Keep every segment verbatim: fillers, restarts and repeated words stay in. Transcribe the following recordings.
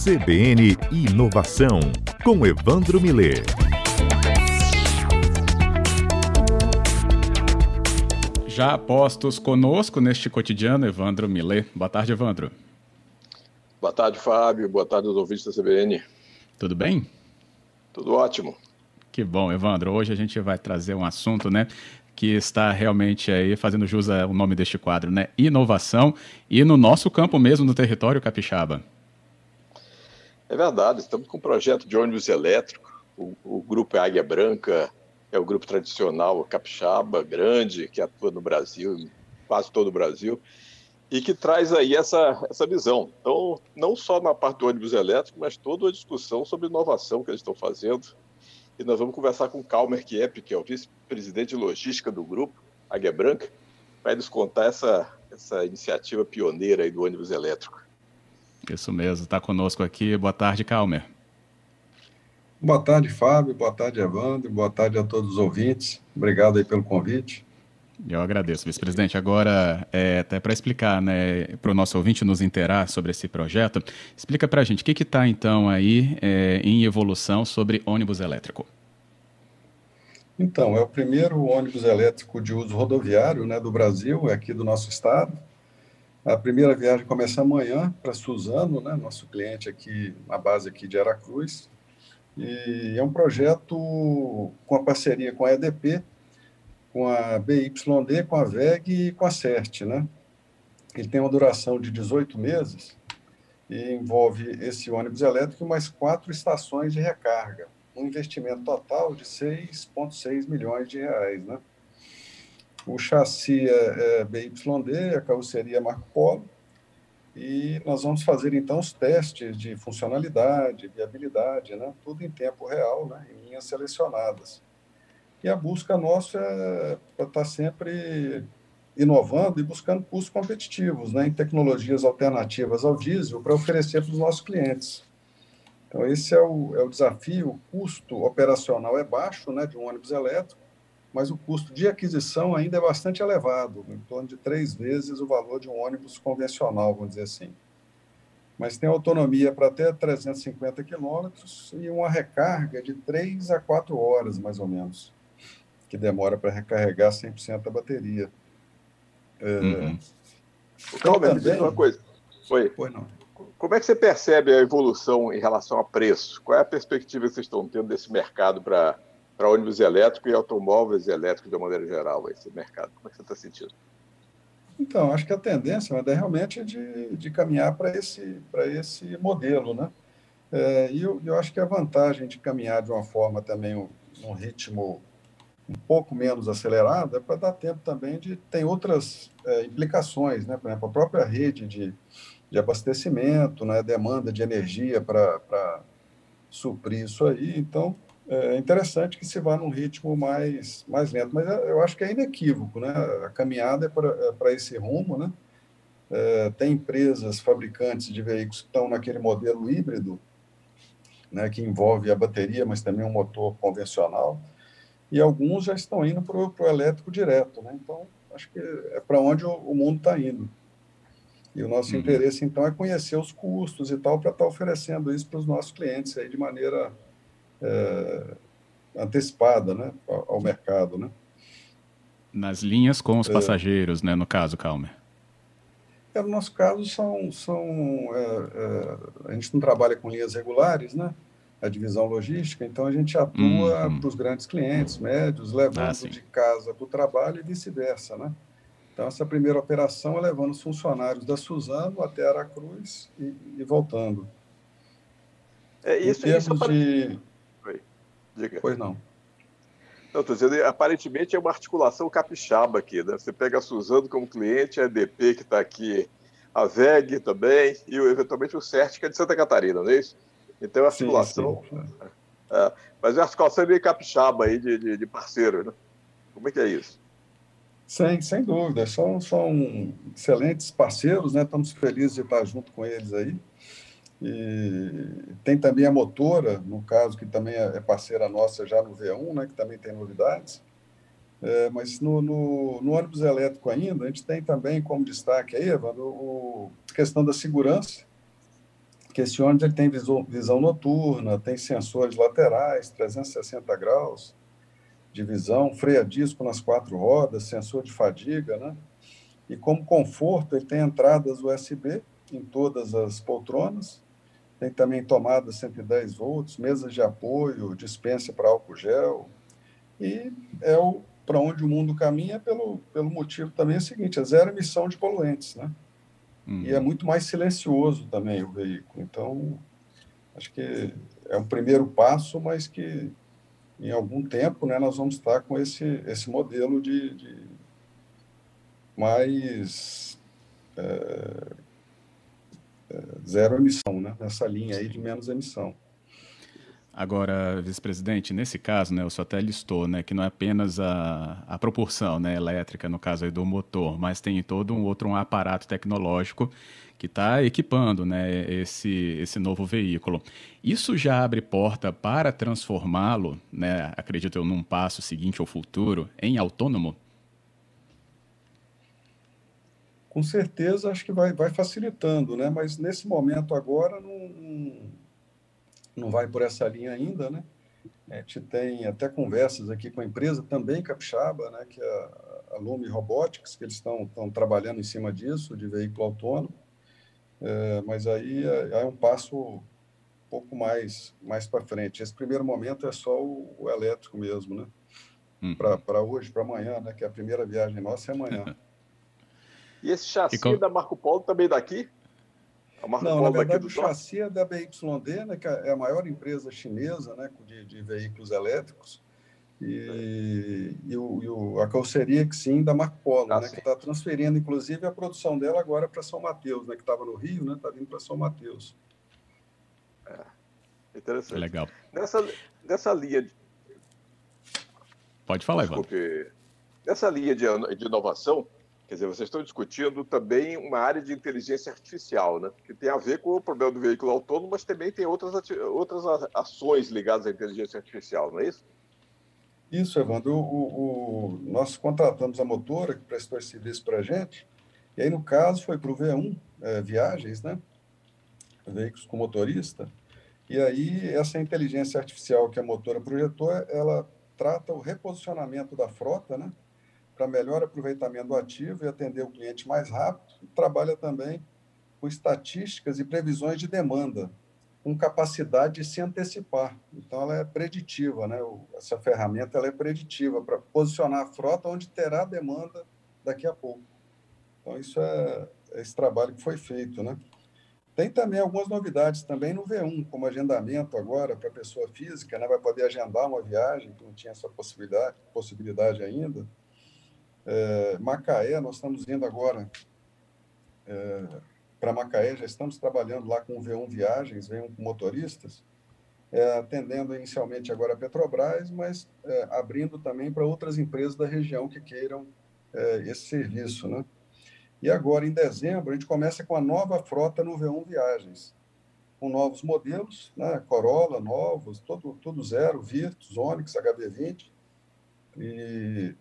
C B N Inovação, com Evandro Millet. Já postos conosco neste cotidiano, Evandro Millet. Boa tarde, Evandro. Boa tarde, Fábio. Boa tarde aos ouvintes da C B N. Tudo bem? Tudo ótimo. Que bom, Evandro. Hoje a gente vai trazer um assunto, né, que está realmente aí fazendo jus ao nome deste quadro, né? Inovação, e no nosso campo mesmo, no território capixaba. É verdade, estamos com um projeto de ônibus elétrico. O, o grupo é Águia Branca, é o grupo tradicional capixaba, grande, que atua no Brasil, em quase todo o Brasil, e que traz aí essa, essa visão. Então, não só na parte do ônibus elétrico, mas toda a discussão sobre inovação que eles estão fazendo. E nós vamos conversar com o Calmer Kiepe, que é o vice-presidente de logística do grupo, Águia Branca, vai nos contar essa, essa iniciativa pioneira aí do ônibus elétrico. Isso mesmo, está conosco aqui. Boa tarde, Calmer. Boa tarde, Fábio. Boa tarde, Evandro. Boa tarde a todos os ouvintes. Obrigado aí pelo convite. Eu agradeço, vice-presidente. Agora, é, até para explicar, né, para o nosso ouvinte nos inteirar sobre esse projeto, explica para a gente o que está, então, aí é, em evolução sobre ônibus elétrico. Então, é o primeiro ônibus elétrico de uso rodoviário, né, do Brasil, aqui do nosso estado. A primeira viagem começa amanhã para Suzano, né, nosso cliente aqui, na base aqui de Aracruz. E é um projeto com a parceria com a E D P, com a B Y D, com a V E G e com a CERT, né? Ele tem uma duração de dezoito meses e envolve esse ônibus elétrico e mais quatro estações de recarga, um investimento total de seis vírgula seis milhões de reais, né? O chassi é, é B Y D, a carroceria é Marco Polo, e nós vamos fazer, então, os testes de funcionalidade, viabilidade, né? Tudo em tempo real, né? Em linhas selecionadas. E a busca nossa é para estar sempre inovando e buscando custos competitivos, né? Em tecnologias alternativas ao diesel para oferecer para os nossos clientes. Então, esse é o, é o desafio. O custo operacional é baixo, né, de um ônibus elétrico, mas o custo de aquisição ainda é bastante elevado, em torno de três vezes o valor de um ônibus convencional, vamos dizer assim. Mas tem autonomia para até trezentos e cinquenta quilômetros e uma recarga de três a quatro horas, mais ou menos, que demora para recarregar cem por cento da bateria. Uhum. É... Calma, me diz uma coisa. Oi. Pois não. Como é que você percebe a evolução em relação a preço? Qual é a perspectiva que vocês estão tendo desse mercado para para ônibus elétrico e automóveis elétricos de uma maneira geral, esse mercado? Como é que você está sentindo? Então, acho que a tendência é realmente de, de caminhar para esse, para esse modelo, né? É, e eu, eu acho que a vantagem de caminhar de uma forma também, um, um ritmo um pouco menos acelerado, é para dar tempo também de... Tem outras é, implicações, né? Por exemplo, a própria rede de, de abastecimento, né? Demanda de energia para suprir isso aí. Então, é interessante que se vá num ritmo mais, mais lento, mas eu acho que é inequívoco, né? A caminhada é para, é para esse rumo, né? É, tem empresas, fabricantes de veículos que estão naquele modelo híbrido, né? Que envolve a bateria, mas também um motor convencional, e alguns já estão indo para o elétrico direto, né? Então, acho que é para onde o, o mundo está indo. E o nosso uhum. interesse, então, é conhecer os custos e tal, para estar oferecendo isso para os nossos clientes aí de maneira... É, antecipada, né, ao, ao mercado, né? Nas linhas com os passageiros, é, né, no caso, Calmer? É, no nosso caso, são, são é, é, a gente não trabalha com linhas regulares, né? A divisão logística, então a gente atua uhum. para os grandes clientes, médios, levando ah, de casa para o trabalho e vice-versa, né? Então, essa primeira operação é levando os funcionários da Suzano até Aracruz e, e voltando. É isso, em termos isso apare... de... Oi, diga. Pois não. Não, estou dizendo, aparentemente é uma articulação capixaba aqui, né? Você pega a Suzano como cliente, a E D P que está aqui, a V E G também, e eventualmente o CERT, que é de Santa Catarina, não é isso? Então é uma articulação... Sim, sim. É, mas é uma articulação meio capixaba aí de, de, de parceiros, né? Como é que é isso? Sem, sem dúvida, são, são excelentes parceiros, né? Estamos felizes de estar junto com eles aí. E tem também a Motora, no caso, que também é parceira nossa já no V um, né? Que também tem novidades. É, mas no, no, no ônibus elétrico ainda, a gente tem também como destaque aí, Evandro, a questão da segurança. que esse ônibus ele tem visão, visão noturna, tem sensores laterais, trezentos e sessenta graus de visão, freio a disco nas quatro rodas, sensor de fadiga, né? E como conforto, ele tem entradas U S B em todas as poltronas, tem também tomada cento e dez volts, mesas de apoio, dispensa para álcool gel, e é o para onde o mundo caminha pelo, pelo motivo também é o seguinte, é zero emissão de poluentes, né? Uhum. E é muito mais silencioso também o veículo. Então, acho que é um primeiro passo, mas que em algum tempo, né, nós vamos estar com esse, esse modelo de, de mais é, é, zero emissão, né, nessa linha aí de menos emissão. Agora, vice-presidente, nesse caso, né, o senhor até listou, né, que não é apenas a, a propulsão, né, elétrica, no caso aí do motor, mas tem todo um outro um aparato tecnológico que está equipando, né, esse, esse novo veículo. Isso já abre porta para transformá-lo, né, acredito eu, num passo seguinte ao futuro, em autônomo? Com certeza, acho que vai, vai facilitando, né, mas nesse momento agora não, não, não vai por essa linha ainda, né? A gente tem até conversas aqui com a empresa também capixaba, né, que é a, a Lume Robotics, que eles estão estão trabalhando em cima disso, de veículo autônomo, é, mas aí é, é um passo um pouco mais, mais para frente. Esse primeiro momento é só o, o elétrico mesmo, né? Uhum. Para hoje, para amanhã, né? Que a primeira viagem nossa é amanhã. E esse chassi E com... da Marco Polo também daqui? A Marco Não, na Polo daqui verdade, do o norte? chassi é da B Y D, né, que é a maior empresa chinesa, né, de, de veículos elétricos, e, e, o, e o, a carroceria que sim, da Marco Polo, Ah, né, sim. que está transferindo, inclusive, a produção dela agora para São Mateus, né, que estava no Rio, né, está vindo para São Mateus. É, interessante. Legal. Nessa, nessa linha de... Pode falar, Evandro. Desculpe. Nessa linha de, de inovação, quer dizer, vocês estão discutindo também uma área de inteligência artificial, né? Que tem a ver com o problema do veículo autônomo, mas também tem outras, outras ações ligadas à inteligência artificial, não é isso? Isso, Evandro. O, o, o, nós contratamos a Motora, que prestou esse serviço para a gente, e aí, no caso, foi para o V um, é, Viagens, né? Veículos com motorista, e aí essa inteligência artificial que a Motora projetou, ela trata o reposicionamento da frota, né? Para melhor aproveitamento do ativo e atender o cliente mais rápido, e trabalha também com estatísticas e previsões de demanda, com capacidade de se antecipar. Então, ela é preditiva, né? Essa ferramenta ela é preditiva para posicionar a frota onde terá demanda daqui a pouco. Então, isso é esse trabalho que foi feito, né? Tem também algumas novidades também no V um, como agendamento agora para a pessoa física, né? Vai poder agendar uma viagem que não tinha essa possibilidade, possibilidade ainda. É, Macaé, nós estamos indo agora é, para Macaé, já estamos trabalhando lá com o V um Viagens, V um com motoristas, é, atendendo inicialmente agora a Petrobras, mas é, abrindo também para outras empresas da região que queiram é, esse serviço, né? E agora, em dezembro, a gente começa com a nova frota no V um Viagens, com novos modelos, né? Corolla novos, tudo, tudo zero, Virtus, Onix, H B vinte, e,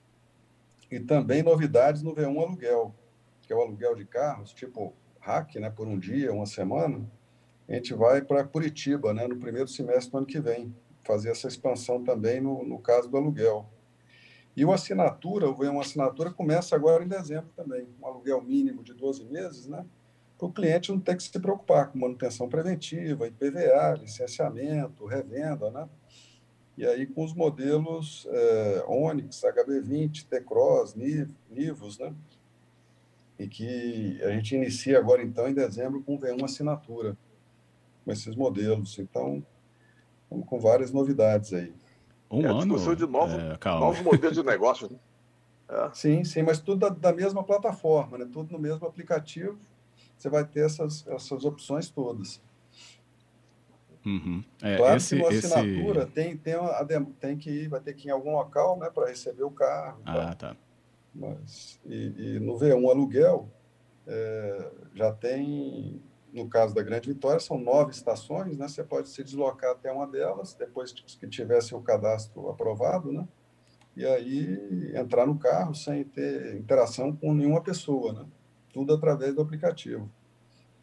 e também novidades no V um Aluguel, que é o aluguel de carros, tipo hack, né, por um dia, uma semana. A gente vai para Curitiba, né, no primeiro semestre do ano que vem, fazer essa expansão também no, no caso do aluguel. E o assinatura, o V um Assinatura começa agora em dezembro também, um aluguel mínimo de doze meses, né, para o cliente não ter que se preocupar com manutenção preventiva, I P V A, licenciamento, revenda, né? E aí com os modelos é, Onix, H B vinte, T-Cross, Nivus, né? E que a gente inicia agora, então, em dezembro, com o V um Assinatura, com esses modelos. Então, estamos com várias novidades aí. É Um a discussão ano? de novos, É, calma. novos modelos de negócio, né? É. Sim, sim, mas tudo da, da mesma plataforma, né? Tudo no mesmo aplicativo. Você vai ter essas, essas opções todas. Uhum. É, Claro que esse, no esse... assinatura tem, tem, a, tem que ir, vai ter que ir em algum local, né, para receber o carro e Ah, tal. tá. Mas, e, e no V um aluguel, é, já tem, no caso da Grande Vitória, são nove estações, né? Você pode se deslocar até uma delas, depois que tivesse o cadastro aprovado, né? E aí entrar no carro sem ter interação com nenhuma pessoa, né? Tudo através do aplicativo.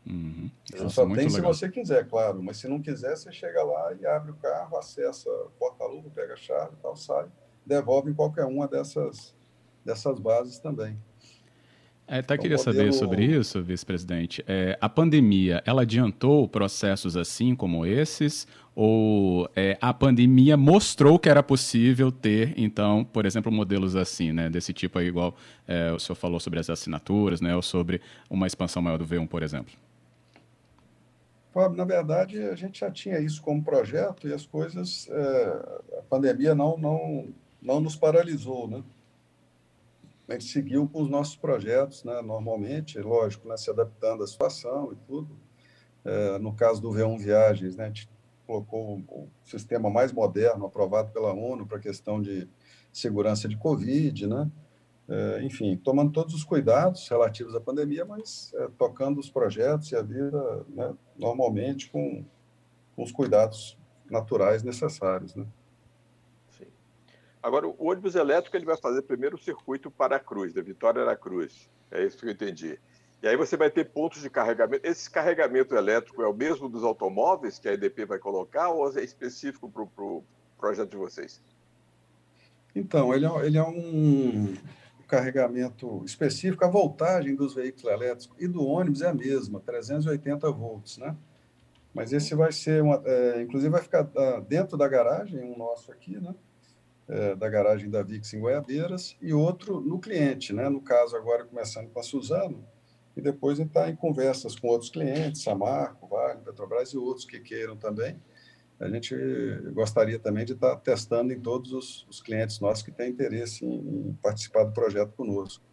Uhum. Você só tem se você quiser, claro, mas se não quiser, você chega lá e abre o carro, acessa o porta-luva, pega a chave e tal, sai, devolve em qualquer uma dessas, dessas bases também. É, até queria modelo... saber sobre isso, vice-presidente. É, a pandemia, ela adiantou processos assim como esses? Ou é, a pandemia mostrou que era possível ter, então, por exemplo, modelos assim, né, desse tipo aí, igual é, o senhor falou sobre as assinaturas, né, ou sobre uma expansão maior do V um, por exemplo? Fábio, na verdade, a gente já tinha isso como projeto e as coisas, é, a pandemia não, não, não nos paralisou, né? A gente seguiu com os nossos projetos, né, normalmente, lógico, né, se adaptando à situação e tudo. É, no caso do V um Viagens, né, a gente colocou o sistema mais moderno, aprovado pela ONU para a questão de segurança de Covid, né? É, enfim, tomando todos os cuidados relativos à pandemia, mas é, tocando os projetos e a vida, né, normalmente com, com os cuidados naturais necessários, né? Sim. Agora, o ônibus elétrico ele vai fazer primeiro o circuito para a Cruz, da Vitória à Cruz. É isso que eu entendi. E aí você vai ter pontos de carregamento. Esse carregamento elétrico é o mesmo dos automóveis que a E D P vai colocar ou é específico para o pro projeto de vocês? Então, ele é, ele é um carregamento específico. A voltagem dos veículos elétricos e do ônibus é a mesma, trezentos e oitenta volts, né? Mas esse vai ser, uma, é, inclusive vai ficar dentro da garagem, um nosso aqui, né? É, da garagem da Vix em Goiabeiras, e outro no cliente, né? No caso, agora começando com a Suzano, e depois a gente está em conversas com outros clientes, Samarco, Vale, Petrobras e outros que queiram também. A gente gostaria também de estar testando em todos os, os clientes nossos que têm interesse em, em participar do projeto conosco.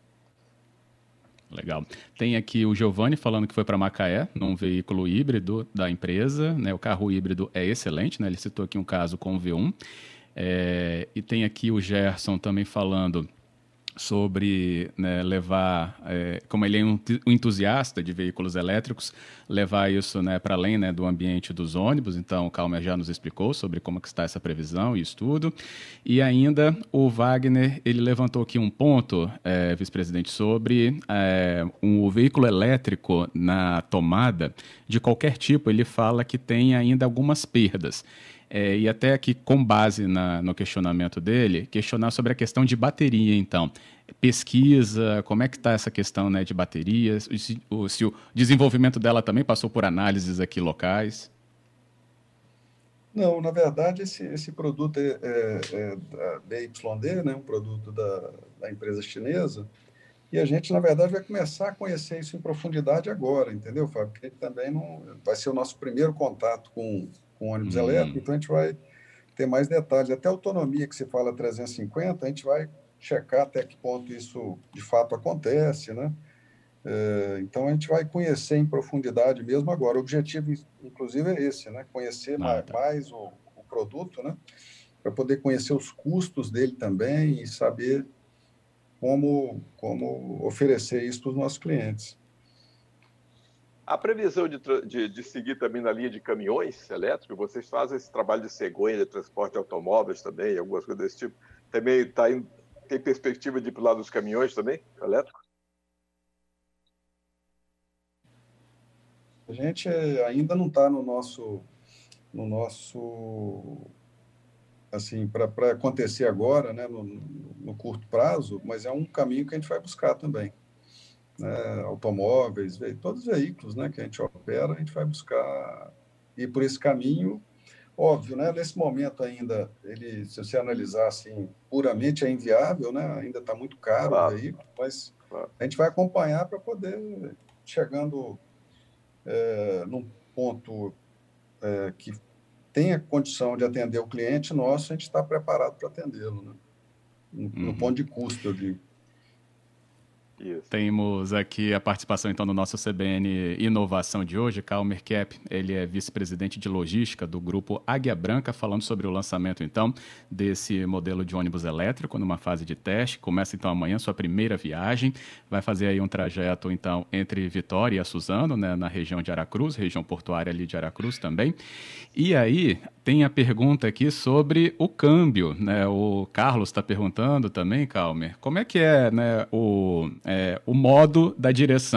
Legal. Tem aqui o Giovanni falando que foi para Macaé, num veículo híbrido da empresa, né? O carro híbrido é excelente, né? Ele citou aqui um caso com o V um. É, e tem aqui o Gerson também falando sobre, né, levar, é, como ele é um, um entusiasta de veículos elétricos, levar isso, né, para além, né, do ambiente dos ônibus. Então, o Calmer já nos explicou sobre como que está essa previsão e estudo. E ainda o Wagner, ele levantou aqui um ponto, é, vice-presidente, sobre é, um veículo elétrico na tomada de qualquer tipo. Ele fala que tem ainda algumas perdas. É, e até aqui, com base na, no questionamento dele, questionar sobre a questão de bateria, então. Pesquisa, como é que está essa questão, né, de baterias, se o, se o desenvolvimento dela também passou por análises aqui locais? Não, na verdade, esse, esse produto é, é, é da B Y D, né, um produto da, da empresa chinesa, e a gente, na verdade, vai começar a conhecer isso em profundidade agora, entendeu, Fábio? Porque também não, vai ser o nosso primeiro contato com com ônibus hum. elétrico, então a gente vai ter mais detalhes. Até a autonomia que se fala trezentos e cinquenta, a gente vai checar até que ponto isso de fato acontece, né? É, então a gente vai conhecer em profundidade mesmo agora. O objetivo, inclusive, é esse, né? Conhecer ah, mais, tá. mais o, o produto, né? Para poder conhecer os custos dele também e saber como, como oferecer isso para os nossos clientes. A previsão de, de, de seguir também na linha de caminhões elétricos, vocês fazem esse trabalho de cegonha, de transporte de automóveis também, algumas coisas desse tipo, também tá em, tem perspectiva de ir para o lado dos caminhões também, elétricos? A gente ainda não está no nosso, no nosso, assim, para acontecer agora, né, no, no curto prazo, mas é um caminho que a gente vai buscar também. Né, automóveis, todos os veículos, né, que a gente opera, a gente vai buscar ir por esse caminho. Óbvio, né, nesse momento ainda, ele, se você analisar assim, puramente é inviável, né, ainda está muito caro claro. o veículo, mas claro. a gente vai acompanhar para poder, chegando é, num ponto é, que tenha condição de atender o cliente nosso, a gente está preparado para atendê-lo, né, no, uhum. no ponto de custo, eu digo. Isso. Temos aqui a participação, então, do nosso C B N Inovação de hoje, Calmer Kepp, ele é vice-presidente de logística do grupo Águia Branca, falando sobre o lançamento, então, desse modelo de ônibus elétrico numa fase de teste. Começa, então, amanhã sua primeira viagem, vai fazer aí um trajeto, então, entre Vitória e a Suzano, né, na região de Aracruz, região portuária ali de Aracruz também. E aí, tem a pergunta aqui sobre o câmbio, né, o Carlos está perguntando também, Calmer, como é que é, né, o... É, o modo da direção,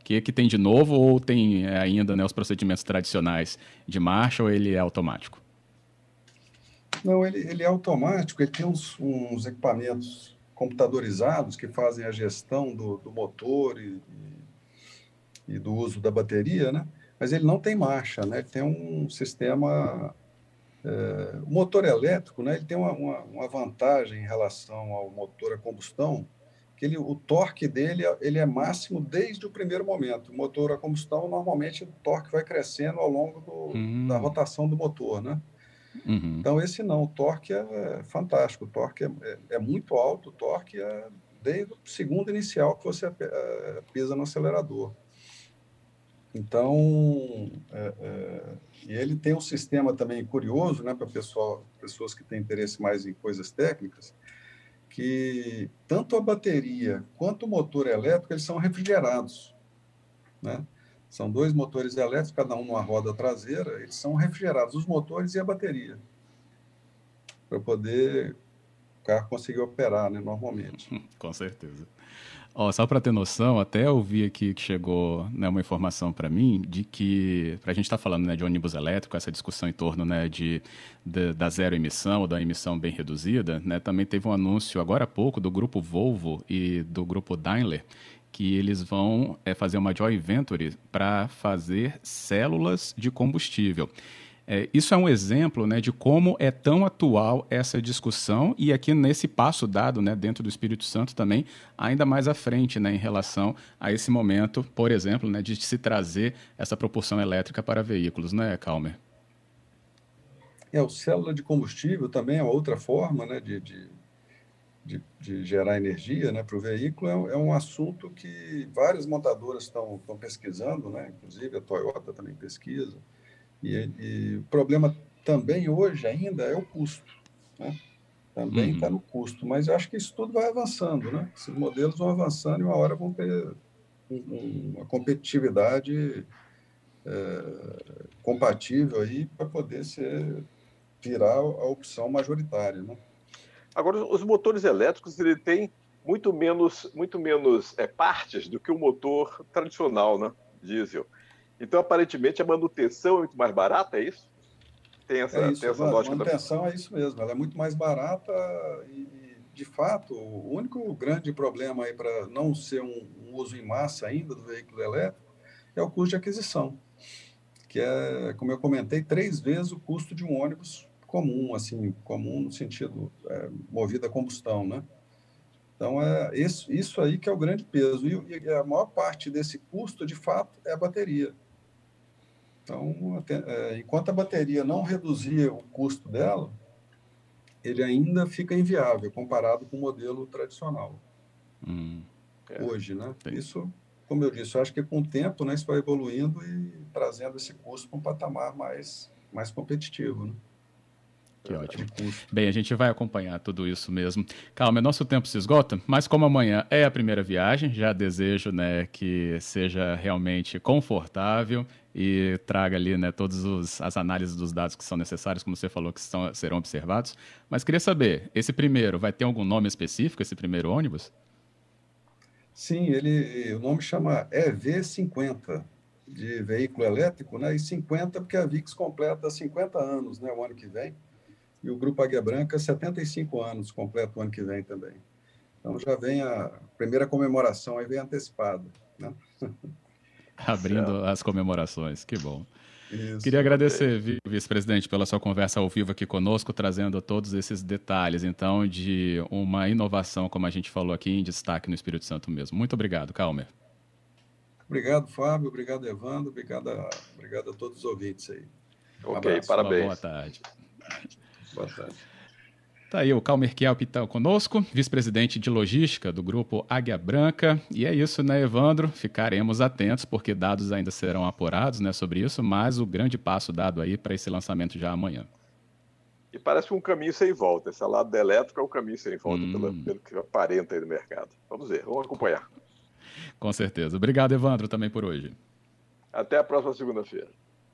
que, que tem de novo ou tem é, ainda, né, os procedimentos tradicionais de marcha ou ele é automático? Não, ele, ele é automático, ele tem uns, uns equipamentos computadorizados que fazem a gestão do, do motor e, e, e do uso da bateria, né? Mas ele não tem marcha, né? Ele tem um sistema... É, o motor elétrico, né? Ele tem uma, uma, uma vantagem em relação ao motor a combustão, que ele, o torque dele ele é máximo desde o primeiro momento. O motor a combustão, normalmente, o torque vai crescendo ao longo do, da Hum. rotação do motor, né? Uhum. Então, esse não, o torque é fantástico, o torque é, é, é muito alto, o torque é desde o segundo inicial que você é, pisa no acelerador. Então, é, é, e ele tem um sistema também curioso, né, para pessoal, pessoas que têm interesse mais em coisas técnicas, que tanto a bateria quanto o motor elétrico, eles são refrigerados, né? São dois motores elétricos, cada um numa roda traseira, eles são refrigerados, os motores e a bateria, para poder o carro conseguir operar, né, normalmente. Com certeza. Ó, só para ter noção, até eu vi aqui que chegou, né, uma informação para mim de que, para a gente estar tá falando, né, de ônibus elétrico, essa discussão em torno, né, de, de, da zero emissão ou da emissão bem reduzida, né, também teve um anúncio agora há pouco do grupo Volvo e do grupo Daimler, que eles vão é, fazer uma joint venture para fazer células de combustível. É, isso é um exemplo, né, de como é tão atual essa discussão e aqui nesse passo dado, né, dentro do Espírito Santo também, ainda mais à frente, né, em relação a esse momento, por exemplo, né, de se trazer essa propulsão elétrica para veículos, né, Calmer? É, o célula de combustível também é uma outra forma, né, de, de, de, de gerar energia, né, para o veículo. É, é um assunto que várias montadoras estão pesquisando, né, inclusive a Toyota também pesquisa. E, e o problema também hoje ainda é o custo, né? Também está Uhum. no custo, mas eu acho que isso tudo vai avançando, né? Esses modelos vão avançando e uma hora vão ter um, uma competitividade é, compatível aí para poder ser, virar a opção majoritária, né? Agora, os motores elétricos ele tem muito menos, muito menos é, partes do que o motor tradicional, né? Diesel. Então, aparentemente, a manutenção é muito mais barata, é isso? Tem É essa, tem isso, essa Evandro, lógica também. manutenção é isso mesmo, ela é muito mais barata e, de fato, o único grande problema aí para não ser um, um uso em massa ainda do veículo elétrico é o custo de aquisição, que é, como eu comentei, três vezes o custo de um ônibus comum, assim, comum no sentido é, movido a combustão, né? Então, é isso, isso aí que é o grande peso. E, e a maior parte desse custo, de fato, é a bateria. Então, até, é, enquanto a bateria não reduzir o custo dela, ele ainda fica inviável comparado com o modelo tradicional. Hum. É. Hoje, né? Tem. Isso, como eu disse, eu acho que com o tempo, né, isso vai evoluindo e trazendo esse custo para um patamar mais, mais competitivo, né? Que ótimo. De custo. Bem, a gente vai acompanhar tudo isso mesmo. Calma, nosso tempo se esgota, mas como amanhã é a primeira viagem, já desejo, né, que seja realmente confortável e traga ali, né, todas as análises dos dados que são necessários, como você falou, que são, serão observados. Mas queria saber, esse primeiro vai ter algum nome específico, esse primeiro ônibus? Sim, ele, o nome chama E V cinquenta, de veículo elétrico, né? E cinquenta porque a VIX completa cinquenta anos, né, o ano que vem. E o Grupo Águia Branca, setenta e cinco anos, completa o ano que vem também. Então já vem a primeira comemoração, aí vem antecipada, né? Abrindo Certo. as comemorações, que bom. Queria Isso. Ok. agradecer, vice-presidente, pela sua conversa ao vivo aqui conosco, trazendo todos esses detalhes, então, de uma inovação, como a gente falou aqui, em destaque no Espírito Santo mesmo. Muito obrigado, Calmer. Obrigado, Fábio. Obrigado, Evandro. Obrigado a, obrigado a todos os ouvintes aí. Um Ok, abraço. Uma boa parabéns. tarde. Boa tarde. Tá aí o Calmer Kielp então conosco, vice-presidente de logística do grupo Águia Branca. E é isso, né, Evandro? Ficaremos atentos, porque dados ainda serão apurados, né, sobre isso, mas o grande passo dado aí para esse lançamento já amanhã. E parece um caminho sem volta. Esse lado da elétrica é um caminho sem volta, pelo, Hum, pelo que aparenta aí no mercado. Vamos ver, vamos acompanhar. com certeza. Obrigado, Evandro, também por hoje. Até a próxima segunda-feira.